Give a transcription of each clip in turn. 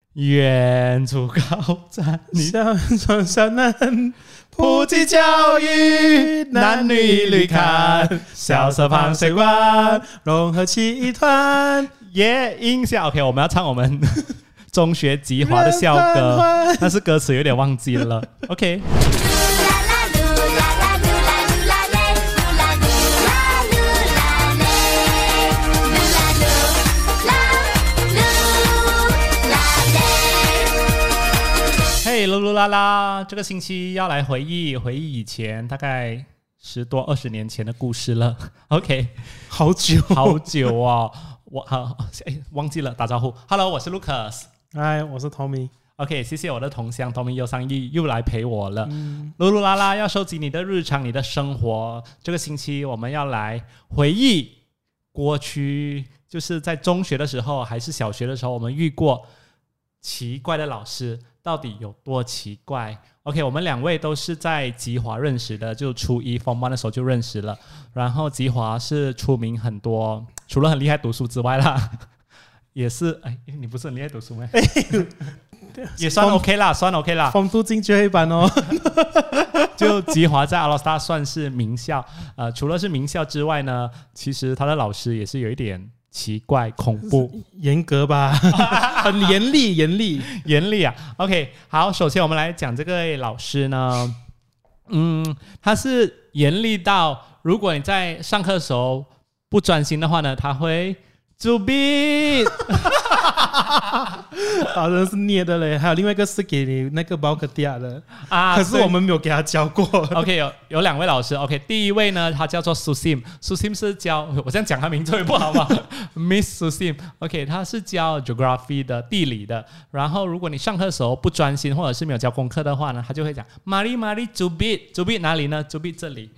远处高山， 小船上岸， 普及教育，男女旅看，小色旁水湾， 融合起一团耶音效。OK， 我们要唱我们中学吉华的校歌，但是歌词有点忘记了。OK。嘿，噜噜啦啦，这个星期要来回忆以前大概10多20年前的故事了。OK， 好久哦，忘记了打招呼。Hello， 我是 Lucas。 嗨，我是 Tommy。 OK， 谢谢我的同乡 Tommy 又上义又来陪我了。噜噜啦啦要收集你的日常，你的生活。这个星期我们要来回忆过去，就是在中学的时候还是小学的时候，我们遇过奇怪的老师。到底有多奇怪 ？OK， 我们2位都是在吉华认识的，就初一 Form 1的时候就认识了。然后吉华是出名很多，除了很厉害读书之外啦，也是你不是很厉害读书吗？也算 OK 啦，算 OK 啦。 Form 2进最后一班哦。 就吉华在阿拉斯加算是名校，除了是名校之外呢，其实他的老师也是有一点奇怪恐怖严格吧。很严厉啊。 OK， 好，首先我们来讲这个老师呢，他是严厉到如果你在上课的时候不专心的话呢，他会作弊。 真的是捏的嘞。还有另外一个是给你那个包克迪亚的可是我们没有给他教过。 OK， 有2位老师。OK， 第一位呢，他叫做 Susim 是教，我这样讲他名字也不好嘛。Miss Susim OK， 他是教 Geography 的地理的。然后如果你上课的时候不专心或者是没有交功课的话呢，他就会讲 Mari 作弊哪里呢？作弊这里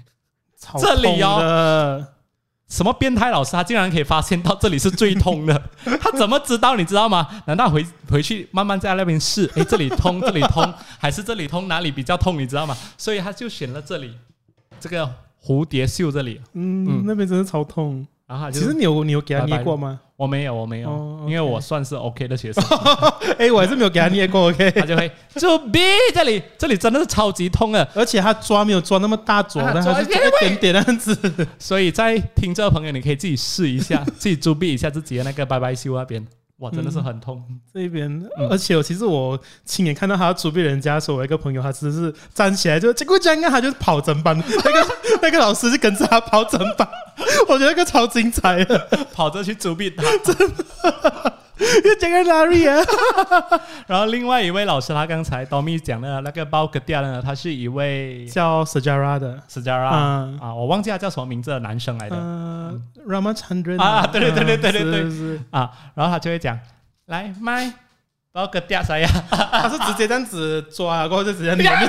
哦。什么变态老师，他竟然可以发现到这里是最痛的？他怎么知道？你知道吗？难道回去慢慢在那边试？这里痛，这里痛，还是这里痛？哪里比较痛？你知道吗？所以他就选了这里，这个蝴蝶袖这里。 那边真的超痛。然后其实你有给他捏过吗？ 我没有，因为我算是 OK 的学生。 我还是没有给他捏过。OK， 他就会作弊，这里真的是超级痛的， 而且他抓没有抓那么大抓，但他是抓一点点那样子。 所以在听这个朋友，你可以自己试一下，自己作弊一下自己的那个拜拜袖那边。哇，真的是很痛。 这一边，而且其实我亲眼看到他作弊人家的时候，我一个朋友他只是站起来就结果这样，他就是跑整班，那个老师就跟着他跑整班，我觉得那个超精彩的， 跑着去作弊他， 真的。又讲个哪里啊？ 然后另外一位老师，他刚才 Tommy 讲的那个包格迪亚呢，他是一位叫 Sejarah 的 Sejarah 我忘记他叫什么名字的男生来的 Ramachandran 对然后他就会讲来麦包格迪亚啥呀？ 他是直接这样子抓，然后就直接捏。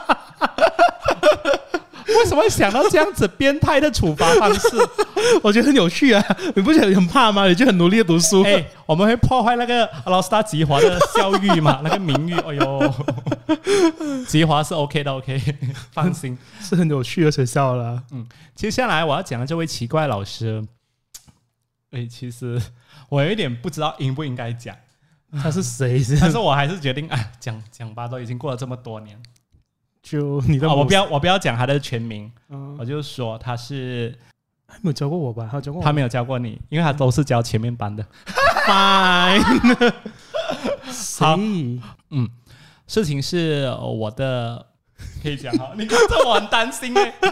为什么会想到这样子变态的处罚方式？ 我觉得很有趣啊！你不觉得很怕吗？你就很努力的读书。 我们会破坏那个阿拉斯加吉华的校誉嘛，那个名誉。哎呦，吉华是 OK 的 ，OK， 放心， 是很有趣的学校啦。 接下来我要讲的这位奇怪老师，其实我有一点不知道应不应该讲他是谁， 但是我还是决定讲吧，都已经过了这么多年。 就你的我不要讲他的全名，我就说他是还没有教过我吧？ 他没有教过你，因为他都是教前面班的。 Fine 好，事情是我的，可以讲哈，你看这我很担心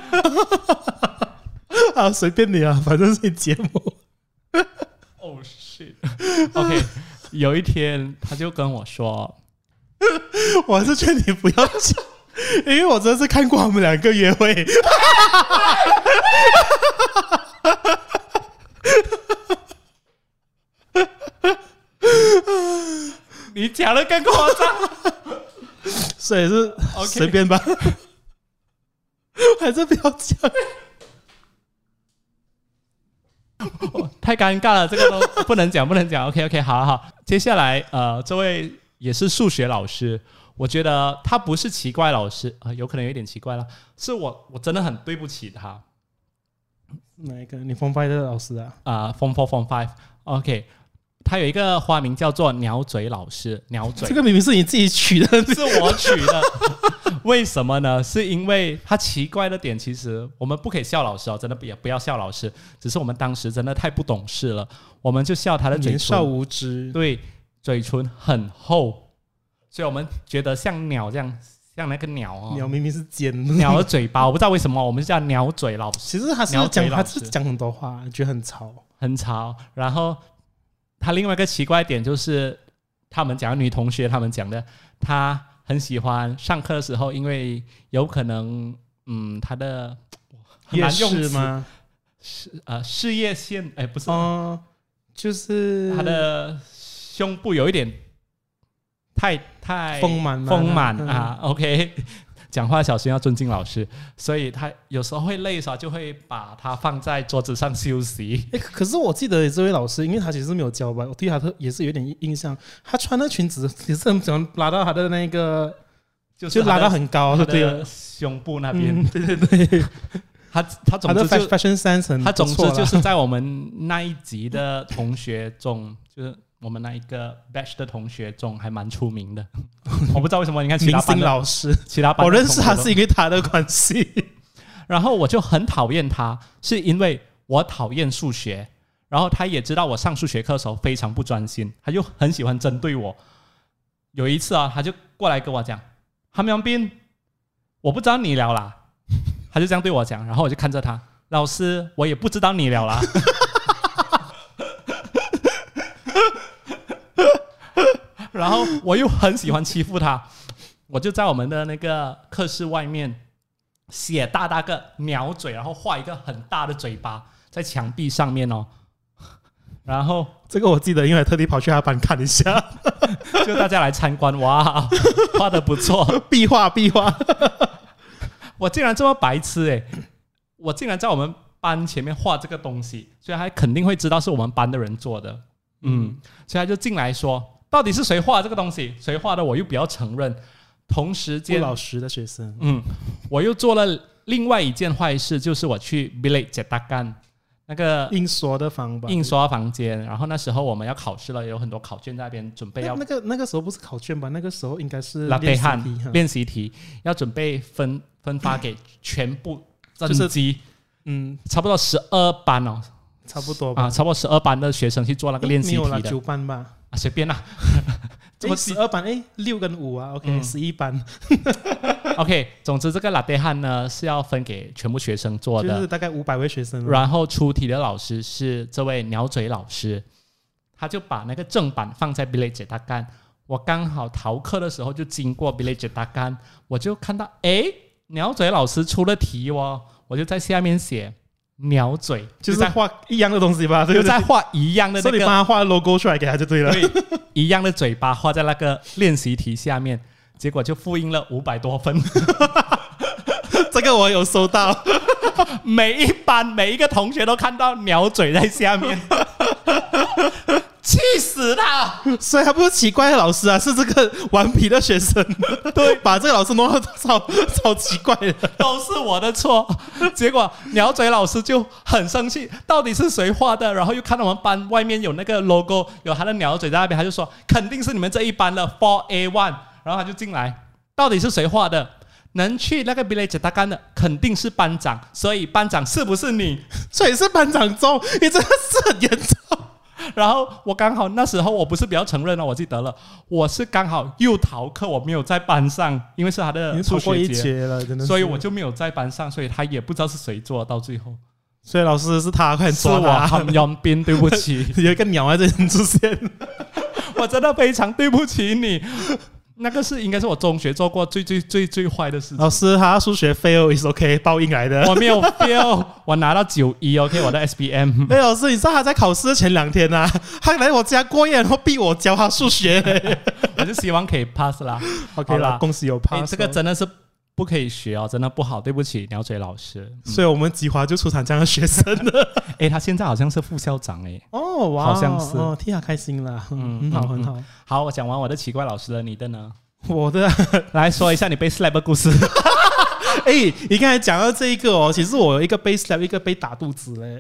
随便你啊，反正是你节目。 Oh shit OK， 有一天他就跟我说， 我还是劝你不要讲。因为我真的是看过他们2个约会。 你讲的更夸张。 所以是随便吧。还是不要讲。 太尴尬了，这个都不能讲。OK， 好，接下来这位也是数学老师。我觉得他不是奇怪老师有可能有一点奇怪啦，是我真的很对不起他。 哪一个？你 Form 5的老师啊？ Form 4 Form 5 OK， 他有一个花名叫做鸟嘴老师，鸟嘴这个明明是你自己取的， 是我取的。为什么呢？是因为他奇怪的点，其实我们不可以笑老师哦，真的也不要笑老师，只是我们当时真的太不懂事了，我们就笑他的嘴唇， 年少无知， 对，嘴唇很厚，所以我们觉得像鸟这样，像那个鸟哦， 鸟明明是尖的， 鸟的嘴巴，我不知道为什么我们叫鸟嘴老师。 其实他是讲很多话，觉得很吵， 很吵。然后他另外一个奇怪点就是，他们讲女同学，他们讲的，他很喜欢上课的时候，因为有可能，他的很难用是吗？ 事业线，不是， 就是他的胸部有一点太丰满啊。OK， 讲话小心，要尊敬老师。所以他有时候会累的时候，就会把它放在桌子上休息。 可是我记得这位老师，因为他其实没有教吧，我对他也是有点印象。他穿的裙子也是很喜欢拉到他的那个，就拉到很高，对了， 胸部那边。 对对对。 他总之就 fashion sense 很不错啦， 他总之就是在我们那一级的同学中，就是我们那一个 batch 的同学中还蛮出名的。我不知道为什么，你看其他班的明星老师， 其他班我认识他是因为他的关系。 然后我就很讨厌他，是因为我讨厌数学，然后他也知道我上数学课的时候非常不专心，他就很喜欢针对我。有一次啊，他就过来跟我讲：“韩明斌，我不知道你聊啦。”他就这样对我讲，然后我就看着他，老师，我也不知道你了啦。然后我又很喜欢欺负他，我就在我们的那个课室外面写大个鸟嘴，然后画一个很大的嘴巴在墙壁上面哦。然后这个我记得，因为特地跑去他班看一下， 就大家来参观，哇，画得不错， 壁画。 我竟然这么白痴我竟然在我们班前面画这个东西，所以他肯定会知道是我们班的人做的。所以他就进来说，到底是谁画这个东西？谁画的？我又不要承认。同时间， 老师的学生， 我又做了另外一件坏事，就是我去 bilik cetakan 那个印刷的房间，然后那时候我们要考试了，有很多考卷在那边准备要。 那个时候不是考卷吧？那个时候应该是练习题，要准备分发给全部正级，差不多12班哦， 差不多吧， 差不多12班的学生去做那个练习题的。 没有啦，9班吧， 随便啦。 怎么12班？6跟5啊 ，OK， 11班。 OK， 总之这个拉蒂汉呢是要分给全部学生做的， 就是大概500位学生。 然后出题的老师是这位鸟嘴老师，他就把那个正版放在 bilik cetakan。我刚好逃课的时候就经过 bilik cetakan，我就看到鸟嘴老师出了题哦，我就在下面写鸟嘴， 就是在画一样的东西吧，对不对？ 就在画一样的那个， 所以你帮他画 logo 出来给他就对了。 对，一样的嘴巴画在那个练习题下面，结果就复印了500多分。 这个我有收到， 每一班每一个同学都看到鸟嘴在下面。气死他！ 所以他不是奇怪的老师啊，是这个顽皮的学生，对，把这个老师弄到超奇怪的， 都是我的错。结果鸟嘴老师就很生气，到底是谁画的？然后又看到我们班外面有那个 logo， 有他的鸟嘴在那边，他就说肯定是你们这一班的 4A1。然后他就进来，到底是谁画的？能去那个 bilik cetakan的肯定是班长，所以班长是不是你？ 所以是班长中，你真的是很严重。 然后我刚好那时候我不是比较承认了，我记得了，我是刚好又逃课，我没有在班上，因为是他的错过一节了，真的是， 所以我就没有在班上，所以他也不知道是谁做到最后。 所以老师是他，快抓他！ 是我韩阳斌，对不起， 有一个鸟在这里出现， 我真的非常对不起你。那个应该是我中学做过最坏的事情。 老师，他数学 fail is OK， 报应来的。 我没有 fail， 我拿到91 OK， 我的 SPM。 老师，你知道他在考试的前2天啊，他来我家过夜，然后逼我教他数学。 我就希望可以 pass 啦。 OK 啦，恭喜有 pass。 这个真的是不可以学哦，真的不好，对不起鸟嘴老师。 所以我们吉华就出产这样的学生了。 他现在好像是副校长哦，哇， 好像是替他开心了，很好很好。 好，我讲完我的奇怪老师了，你的呢？ 我的来说一下你被 slap 的故事。 你刚才讲到这一个其实我有一个被 slap， 一个被打肚子嘞。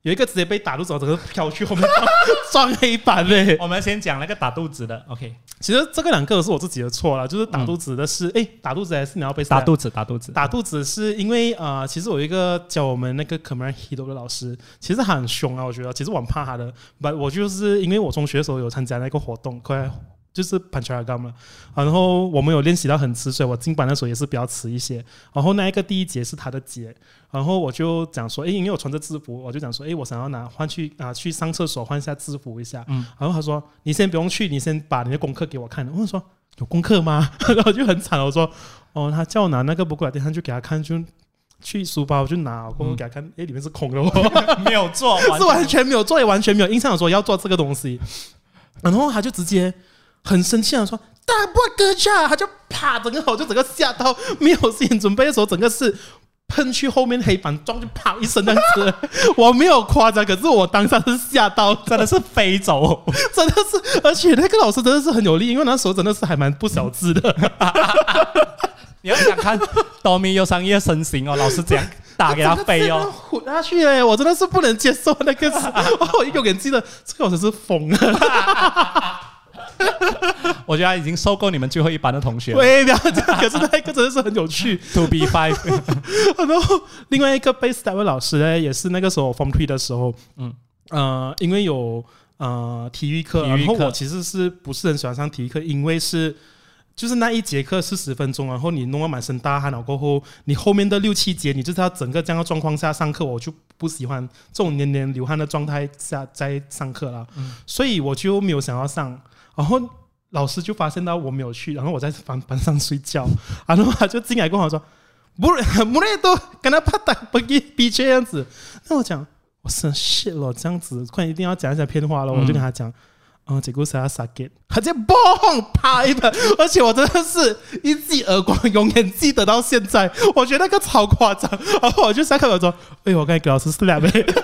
有一个直接被打肚子，整个飘去后面撞黑板嘞。 我们先讲那个打肚子的 ，OK。 其实这个2个是我自己的错了，就是打肚子的是，打肚子还是你要被打肚子？ 打肚子是因为其实我有一个教我们那个 Khmer Hidup 的老师，其实他很凶啊，我觉得，其实我很怕他的。我就是因为我中学的时候有参加那个活动，就是 Pancharagam 嘛，然后我们有练习到很迟，所以我进班的时候也是比较迟一些。然后那一个第一节是他的节，然后我就讲说，因为我穿着制服，我就讲说，我想要换去上厕所换一下制服一下。然后他说，你先不用去，你先把你的功课给我看。我说有功课吗？然后就很惨，我说他叫我拿那个不过来，等下就给他看，就去书包就拿，过后给他看，里面是空的， 没有做， 是完全没有做，也完全没有印象说要做这个东西。然后他就直接很生气的说：“大不哥cha！”他就啪，整个吓到，没有事情准备的时候，整个是喷去后面黑板撞，就啪一声这样子。我没有夸张，可是我当下是吓到， 真的是飞走， 真的是，而且那个老师真的是很有力，因为那时候真的是还蛮不小只的。 你要想看 Tommy 又上夜身形哦，老师这样打给他飞哦， 混下去嘞！我真的是不能接受那个事。我永远记得这个老师是疯了。 我觉得他已经受够你们最后一班的同学了。 喂，不要这样，可是那一个真的是很有趣。 To be five 然后另外一个 base step 老师呢，也是那个时候 Form 3的时候，因为有体育课，然后我其实是不是很喜欢上体育课，因为就是那一节课是10分钟，然后你弄到满身大汗了过后，你后面的6、7节你就是要整个这样的状况下上课，我就不喜欢这种黏黏流汗的状态下在上课啦，所以我就没有想要上。然后老师就发现到我没有去，然后我在班上睡觉，然后他就进来跟我说：“不累都跟他怕打不比这样子。”那我讲我是 shit 了，这样子快一定要讲一下骗话了，我就跟他讲。结果是要杀给他直接嘣啪一把，而且我真的是一记耳光，永远记得到现在。我觉得那个超夸张，然后我就下课我说：“我刚才给老师 slap。”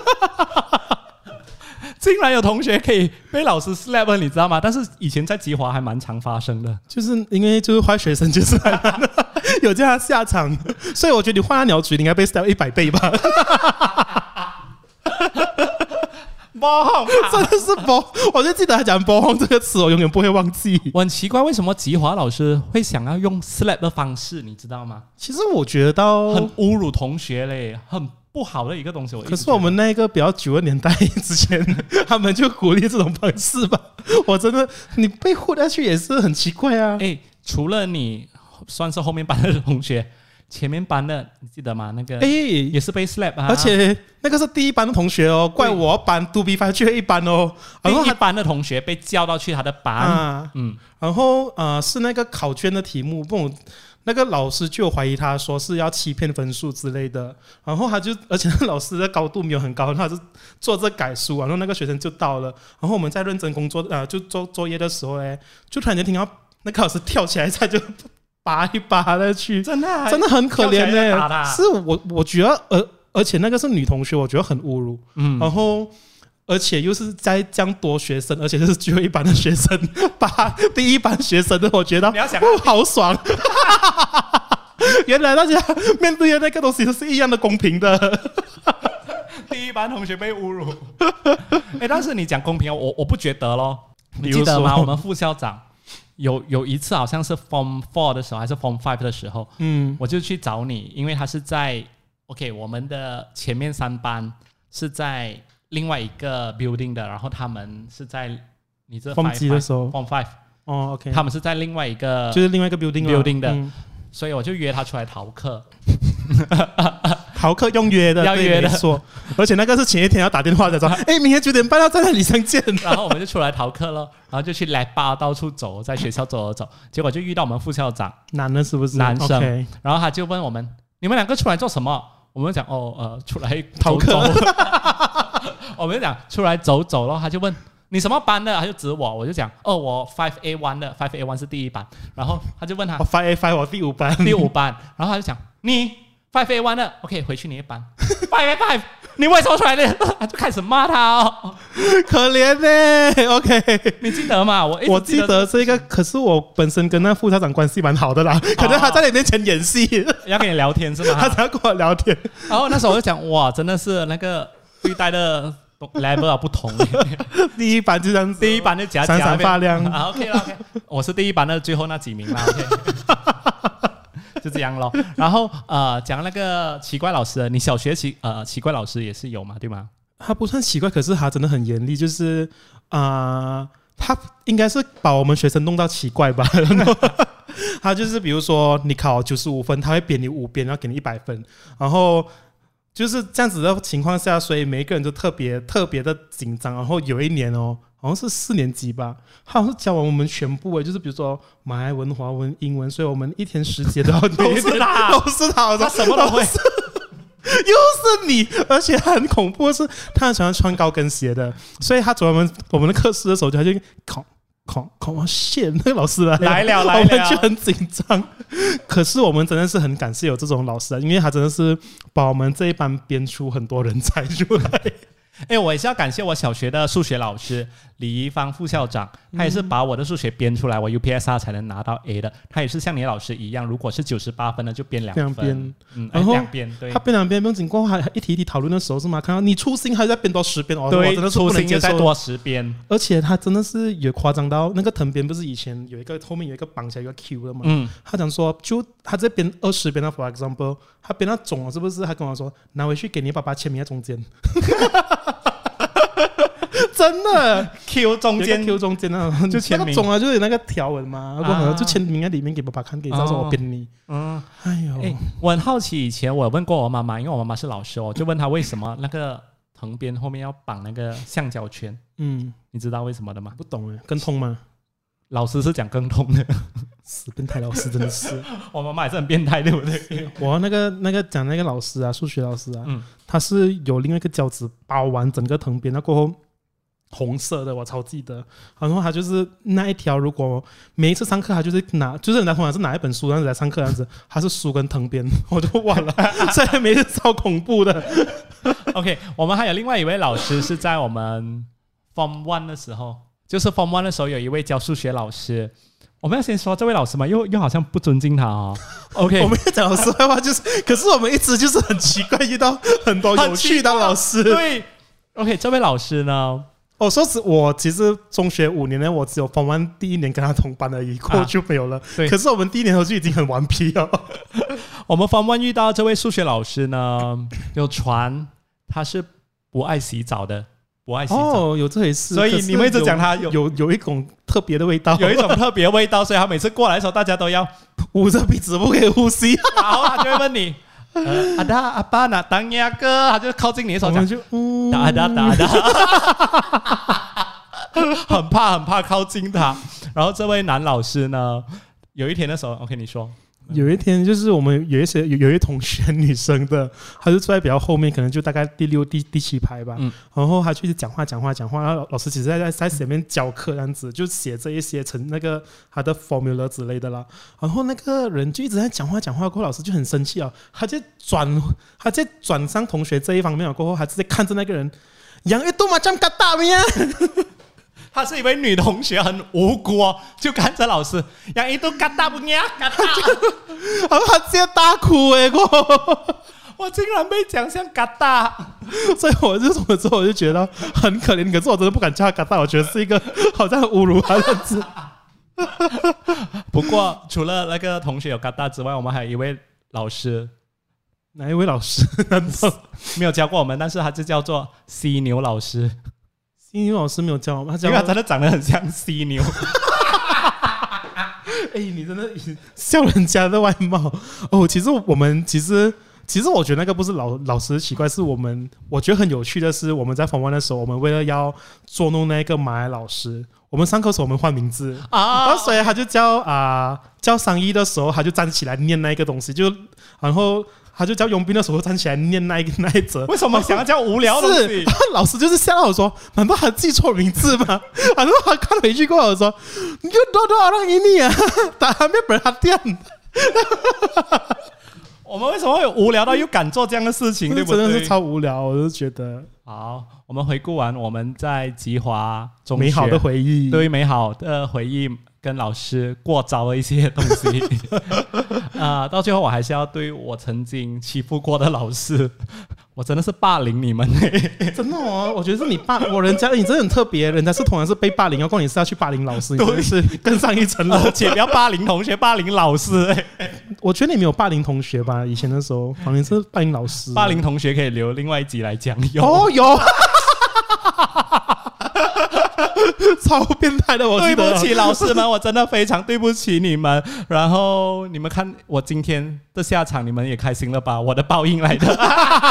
竟然有同学可以被老师 slap， 你知道吗？但是以前在吉华还蛮常发生的， 就是因为就是坏学生就是有这样下场，所以我觉得你换他鸟嘴，你应该被 slap 100倍吧。真的是我就记得他讲“包红”这个词，我永远不会忘记。 我很奇怪，为什么吉华老师会想要用 slap 的方式，你知道吗？ 其实我觉得很侮辱同学嘞，很不好的一个东西。 可是我们那个比较久的年代之前，他们就鼓励这种方式吧。我真的，你被呼下去也是很奇怪啊。 除了你算是后面班的同学。前面班的你记得吗？那个也是被 slap 啊， 而且那个是第一班的同学哦，怪我班 2 B 5去了一班哦， 然后一班的同学被叫到去他的班， 然后是那个考卷的题目，那个老师就怀疑他说是要欺骗分数之类的，然后而且那个老师的高度没有很高，他是做这改书，然后那个学生就到了，然后我们在认真工作就做作业的时候呢，就突然间听到那个老师跳起来他就拔一拔的去，真的很可怜的。是我觉得，而且那个是女同学，我觉得很侮辱。然后而且又是在这样多学生，而且是最后一班的学生把第一班学生的，我觉得你要想好爽。原来大家面对的那个东西是一样的公平的。 第一班同学被侮辱，但是你讲公平，我不觉得咯。你记得吗？我们副校长。有一次好像是 Form 4的时候还是 Form 5的时候，我就去找你，因为他是在 我们的前面3班是在另外一个 building 的，然后他们是在你这 Form 几的时候 Form 5他们是在另外一个就是另外一个 building 的，所以我就约他出来逃课。 逃课用约的， 要约的， 没错。而且那个是前一天要打电话的，说明天9点半要在那里相见。 然后我们就出来逃课了，然后就去 lab bar 到处走，在学校走，结果就遇到我们副校长， 男的是不是？ 男生。然后他就问我们：“你们2个出来做什么？”我们讲：“出来逃课。”我们就讲出来走走，然后他就问：“你什么班的？”他就指我就讲：“我 5A1 的 ，5A1 是第一班。”然后他就问他 ：“5A5 我第5班。” 第5班。然后他就讲：“你。5A1 的 ，OK， 回去你的班。5A5，你为什么出来的？”他就开始骂他哦， 可怜呢。OK， 你记得吗？我记得这个，可是我本身跟那副校长关系蛮好的啦，可能他在你面前演戏， 要跟你聊天是吗？ 他才要跟我聊天。 然后那时候我就讲，哇，真的是那个对待的 level 不同。 第一班就这样子， 第一班就假闪闪发亮啊 OK 了 OK， 我是第一班的最后那几名啦 OK 就这样咯。然后讲那个奇怪老师，你小学奇怪老师也是有嘛，对吗？ 他不算奇怪，可是他真的很严厉，就是他应该是把我们学生弄到奇怪吧。他就是比如说你考95分，他会编你5遍，然后给你100分，然后就是这样子的情况下，所以每一个人都特别的紧张。然后有一年哦，好像是4年级吧，他好像是教完我们全部就是比如说马来文、华文、英文，所以我们一天10节都要都是他， 都是他， 他什么都会。 又是你，而且很恐怖的是，他很喜欢穿高跟鞋的，所以他走我们的课室的时候，他就考线，那个老师来了，我们就很紧张。可是我们真的是很感谢有这种老师，因为他真的是把我们这一班编出很多人才出来。 我也是要感谢我小学的数学老师李一芳副校长，他也是把我的数学编出来，我 UPSR 才能拿到 A 的。他也是像你的老师一样，如果是98分的就编2分， 然后 2遍，对， 他编2遍，不用紧过后还一题讨论的时候是吗？看到你粗心还在编多10遍， 对， 真的是不能接受， 再多10遍。 而且他真的是有夸张到那个藤编，不是以前有一个后面有一个绑起来有一个 Q 的嘛？他讲说，就他这编20遍的 ，for example， 他编到肿了，是不是？他跟我说拿回去给你爸爸签名在中间。真的 Q 中间啊，就签名，那个种啊，就是有那个条纹嘛，然后就签名在里面给爸爸看，给到时候我编你。哎呦， 我很好奇，以前我问过我妈妈，因为我妈妈是老师，我就问她为什么那个藤编后面要绑那个橡胶圈。你知道为什么的吗？ 不懂哎，更痛吗？ 老师是讲更痛的， 死变态老师真的是。 我妈妈也是很变态，对不对？ 我那个讲那个老师啊，数学老师啊，他是有另外一个胶纸包完整个藤编，那过后红色的，我超记得。然后他就是那一条，如果每一次上课他就是就是人家通常是拿一本书这样子来上课这样子，他是书跟藤编，我就忘了，所以每次超恐怖的。 OK， 我们还有另外一位老师是在我们 Form 1的时候。就是Form 1的时候，有一位教数学老师，我们要先说这位老师嘛，又好像不尊敬他哦。OK， 我们要讲老师坏话，可是我们一直就是很奇怪，遇到很多有趣的老师。 对 ，OK， 这位老师呢， 说实我其实中学5年呢，我只有Form 1第1年跟他同班而已，过后就没有了。对，可是我们第1年的时候就已经很顽皮了。 我们Form 1遇到这位数学老师呢，有传他是不爱洗澡的。不爱洗澡有这回事， 所以你们一直讲他有一种特别的味道， 有一种特别味道，所以他每次过来的时候，大家都要捂着鼻子不可以呼吸， 然后他就会问你阿爸哪当呀哥，他就靠近你的手讲打，很怕靠近他。然后这位男老师呢，有一天的时候 ，OK， 你说。 有一天，就是我们有一同学女生的，她就坐在比较后面，可能就大概第6、第7排吧。然后她就一直讲话，然后老师其实在前面教课这样子，就写这一些成那个她的 formula 之类的啦。然后那个人就一直在讲话，过后老师就很生气啊，他在转上同学这一方面了，过后他直接看着那个人，养一朵麻将嘎大咩？ 她是一位女同学，很无辜哦，就看着老师，养一朵嘎大不呀嘎大， 然后她直接大哭我竟然被讲像嘎大， 所以我就从之后我就觉得很可怜，可是我真的不敢叫她嘎大，我觉得是一个好像很侮辱她的字。 不过除了那个同学有嘎大之外，我们还有一位老师， 哪一位老师？ 没有教过我们，但是他就叫做犀牛老师。 犀牛老师没有教我们， 因为他真的长得很像犀牛。 你真的笑人家的外貌哦。其实我觉得那个不是老师奇怪，是我觉得很有趣的是，我们在Form 1的时候，我们为了要捉弄那个马来老师，我们上课的时候我们换名字然后所以他就叫商议的时候，他就站起来念那个东西，然后。他就叫佣兵的时候站起来念那一则， 为什么想要叫无聊的东西？ 老师就是吓到我说：“难道他记错名字吗？”然后他看回去过后说：“你就多让你啊，打还没本他电。” 我们为什么会有无聊到又敢做这样的事情？对不对？ 真的是超无聊，我就觉得。 好，我们回顾完我们在吉华中学美好的回忆， 对美好的回忆。跟老师过招的一些东西到最后我还是要对我曾经欺负过的老师我真的是霸凌你们真的哦，我觉得是你人家你真的很特别，人家是同样是被霸凌，要你是要去霸凌老师，你真的是更上一层楼。 而且不要霸凌同学，霸凌老师我觉得你没有霸凌同学吧？以前的时候，好像是霸凌老师。 霸凌同学可以留另外一集来讲。 有，超变态的，我记得。 对不起，老师们，我真的非常对不起你们。然后你们看我今天的下场，你们也开心了吧？我的报应来的。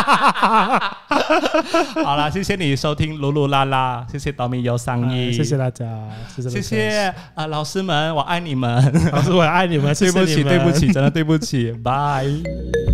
好啦，谢谢你收听噜噜啦啦，谢谢多米有上映， 谢谢大家， 谢谢老师们，我爱你们， 老师我也爱你们，谢谢你们， 对不起，真的对不起，拜。